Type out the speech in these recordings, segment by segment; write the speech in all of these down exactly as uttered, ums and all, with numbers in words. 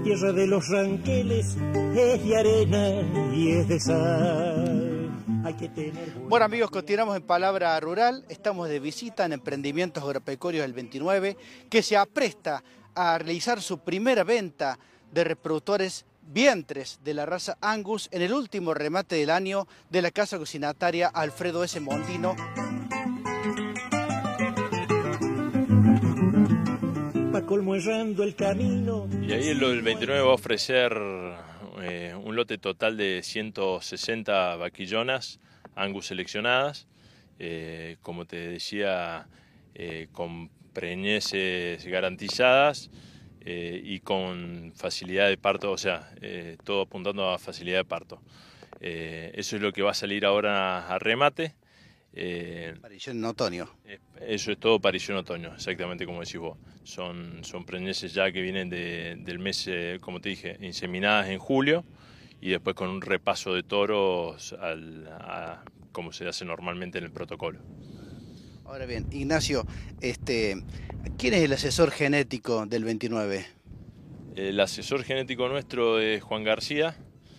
tierra de los ranqueles es de arena y es de sal. Hay que tener... Bueno amigos, continuamos en Palabra Rural, estamos de visita en Emprendimientos Agropecuarios del veintinueve, que se apresta a realizar su primera venta de reproductores vientres de la raza Angus en el último remate del año de la casa cocinataria Alfredo S. Mondino. Pa' colmo errando el camino. Y ahí el veintinueve va a ofrecer eh, un lote total de ciento sesenta vaquillonas Angus seleccionadas, eh, como te decía, eh, con preñeces garantizadas eh, y con facilidad de parto, o sea, eh, todo apuntando a facilidad de parto. Eh, eso es lo que va a salir ahora a remate. Eh, Parición en otoño. Eso es todo parición otoño, exactamente como decís vos. Son, son preñeces ya que vienen de, del mes, eh, como te dije, inseminadas en julio y después con un repaso de toros al, a, como se hace normalmente en el protocolo. Ahora bien, Ignacio, este, ¿quién es el asesor genético del veintinueve? El asesor genético nuestro es Juan García.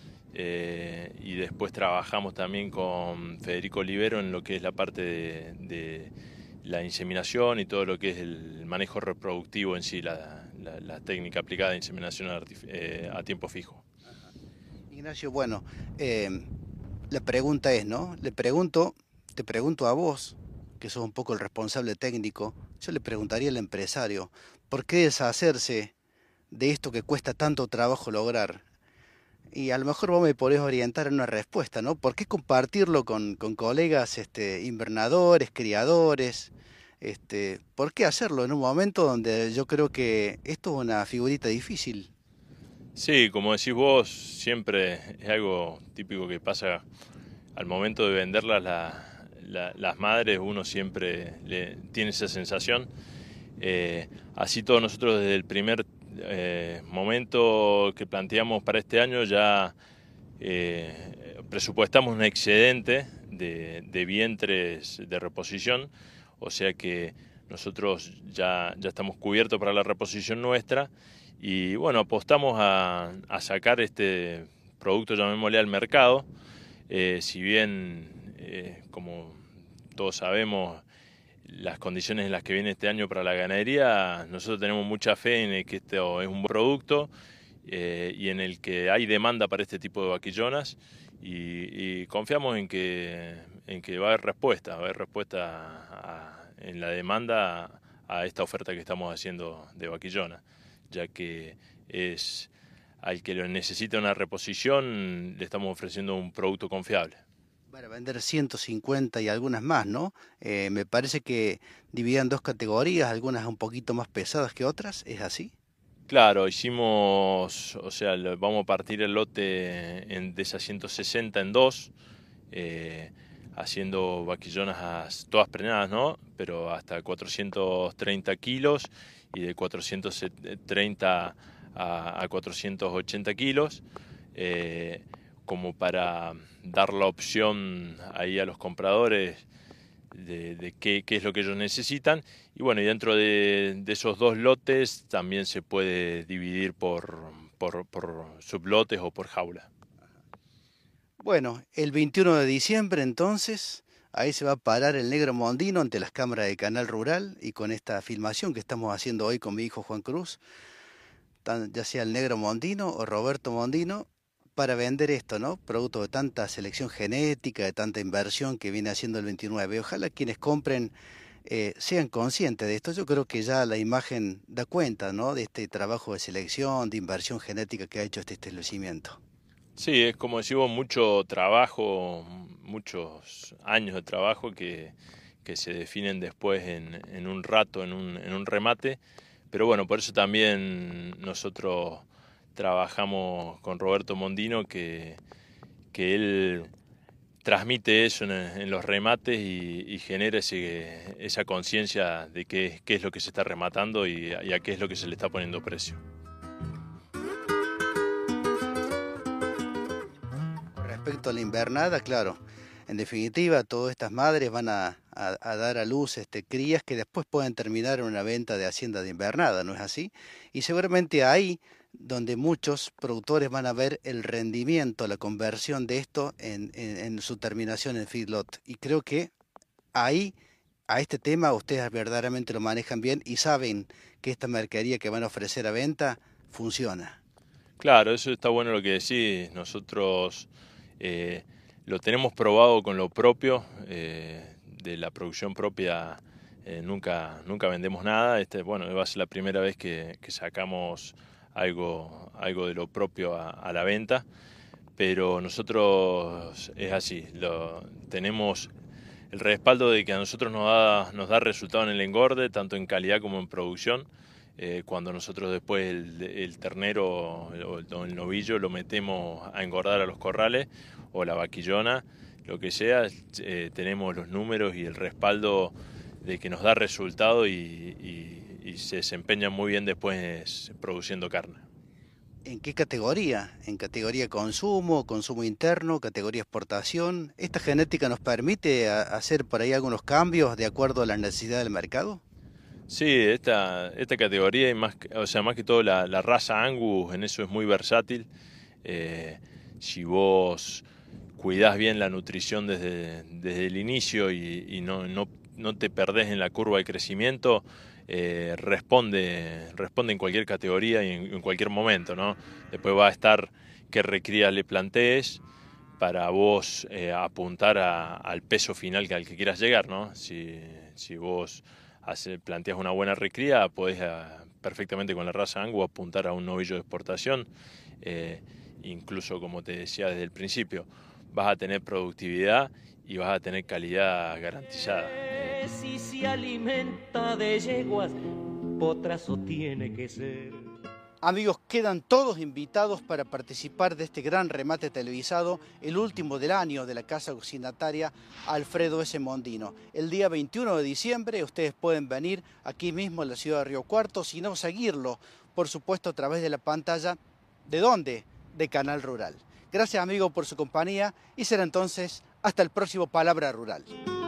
Eh, y después trabajamos también con Federico Olivero en lo que es la parte de, de la inseminación y todo lo que es el manejo reproductivo en sí, la, la, la técnica aplicada de inseminación eh, a tiempo fijo. Ignacio, bueno, eh, la pregunta es, ¿no? Le pregunto, te pregunto a vos, que sos un poco el responsable técnico, yo le preguntaría al empresario, ¿por qué deshacerse de esto que cuesta tanto trabajo lograr? Y a lo mejor vos me podés orientar en una respuesta, ¿no? ¿Por qué compartirlo con, con colegas este, invernadores, criadores? Este, ¿por qué hacerlo en un momento donde yo creo que esto es una figurita difícil? Sí, como decís vos, siempre es algo típico que pasa al momento de venderlas la, la, las madres, uno siempre le, tiene esa sensación. Eh, así todos nosotros desde el primer Eh, momento que planteamos para este año ya eh, presupuestamos un excedente de, de vientres de reposición, o sea que nosotros ya, ya estamos cubiertos para la reposición nuestra y bueno, apostamos a, a sacar este producto, llamémosle, al mercado. Eh, si bien, eh, como todos sabemos, las condiciones en las que viene este año para la ganadería, nosotros tenemos mucha fe en el que esto es un producto eh, y en el que hay demanda para este tipo de vaquillonas y, y confiamos en que, en que va a haber respuesta, va a haber respuesta a, en la demanda a esta oferta que estamos haciendo de vaquillona, ya que es al que lo necesita una reposición, le estamos ofreciendo un producto confiable. Para vender ciento cincuenta y algunas más, ¿no? Eh, me parece que dividían dos categorías, algunas un poquito más pesadas que otras, ¿es así? Claro, hicimos, o sea, vamos a partir el lote en, de esas ciento sesenta en dos, eh, haciendo vaquillonas todas preñadas, ¿no? Pero hasta cuatrocientos treinta kilos y de cuatrocientos treinta a, a cuatrocientos ochenta kilos. Eh, como para dar la opción ahí a los compradores de, de qué, qué es lo que ellos necesitan. Y bueno, y dentro de, de esos dos lotes también se puede dividir por, por, por sublotes o por jaula. Bueno, el veintiuno de diciembre entonces, ahí se va a parar el Negro Mondino ante las cámaras de Canal Rural y con esta filmación que estamos haciendo hoy con mi hijo Juan Cruz, ya sea el Negro Mondino o Roberto Mondino, para vender esto, ¿no? Producto de tanta selección genética, de tanta inversión que viene haciendo el veintinueve. Ojalá quienes compren eh, sean conscientes de esto. Yo creo que ya la imagen da cuenta, ¿no? De este trabajo de selección, de inversión genética que ha hecho este establecimiento. Sí, es como decimos, mucho trabajo, muchos años de trabajo que, que se definen después en, en un rato, en un, en un remate. Pero bueno, por eso también nosotros trabajamos con Roberto Mondino, que, que él transmite eso en, en los remates y, y genera ese, esa conciencia de qué, qué es lo que se está rematando y, y a qué es lo que se le está poniendo precio. Con respecto a la invernada, claro, en definitiva, todas estas madres van a, a, a dar a luz este, crías que después pueden terminar en una venta de hacienda de invernada, ¿no es así? Y seguramente ahí donde muchos productores van a ver el rendimiento, la conversión de esto en, en, en su terminación en feedlot. Y creo que ahí, a este tema, ustedes verdaderamente lo manejan bien y saben que esta mercadería que van a ofrecer a venta funciona. Claro, eso está bueno lo que decís. Nosotros eh, lo tenemos probado con lo propio, eh, de la producción propia. Eh, nunca, nunca vendemos nada. Este, bueno, va a ser la primera vez que, que sacamos algo, algo de lo propio a, a la venta, pero nosotros es así, lo, tenemos el respaldo de que a nosotros nos da, nos da resultado en el engorde, tanto en calidad como en producción. Eh, cuando nosotros después el, el ternero o el, el novillo lo metemos a engordar a los corrales, o la vaquillona, lo que sea, eh, tenemos los números y el respaldo de que nos da resultado y, y, y se desempeña muy bien después produciendo carne. ¿En qué categoría? ¿En categoría consumo, consumo interno, categoría exportación? ¿Esta genética nos permite hacer por ahí algunos cambios de acuerdo a la necesidad del mercado? Sí, esta, esta categoría, y más, o sea, más que todo la, la raza Angus, en eso es muy versátil. Eh, si vos cuidás bien la nutrición desde, desde el inicio y, y no, no, no te perdés en la curva de crecimiento, eh, responde, responde en cualquier categoría y en, en cualquier momento, ¿no? Después va a estar qué recría le plantees para vos eh, apuntar a, al peso final que, al que quieras llegar, ¿no? Si, si vos hace, planteas una buena recría, podés a, perfectamente con la raza Angus apuntar a un novillo de exportación. Eh, incluso, como te decía desde el principio, vas a tener productividad y vas a tener calidad garantizada. Si se alimenta de yeguas, potrazo tiene que ser. Amigos, quedan todos invitados para participar de este gran remate televisado, el último del año de la Casa Cocinataria Alfredo S. Mondino. El día veintiuno de diciembre ustedes pueden venir aquí mismo en la ciudad de Río Cuarto, si no seguirlo, por supuesto, a través de la pantalla. ¿De dónde? De Canal Rural. Gracias, amigos, por su compañía y será entonces hasta el próximo Palabra Rural.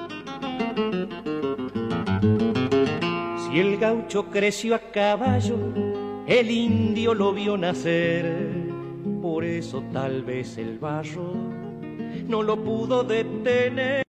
Si el gaucho creció a caballo, el indio lo vio nacer, por eso tal vez el barro no lo pudo detener.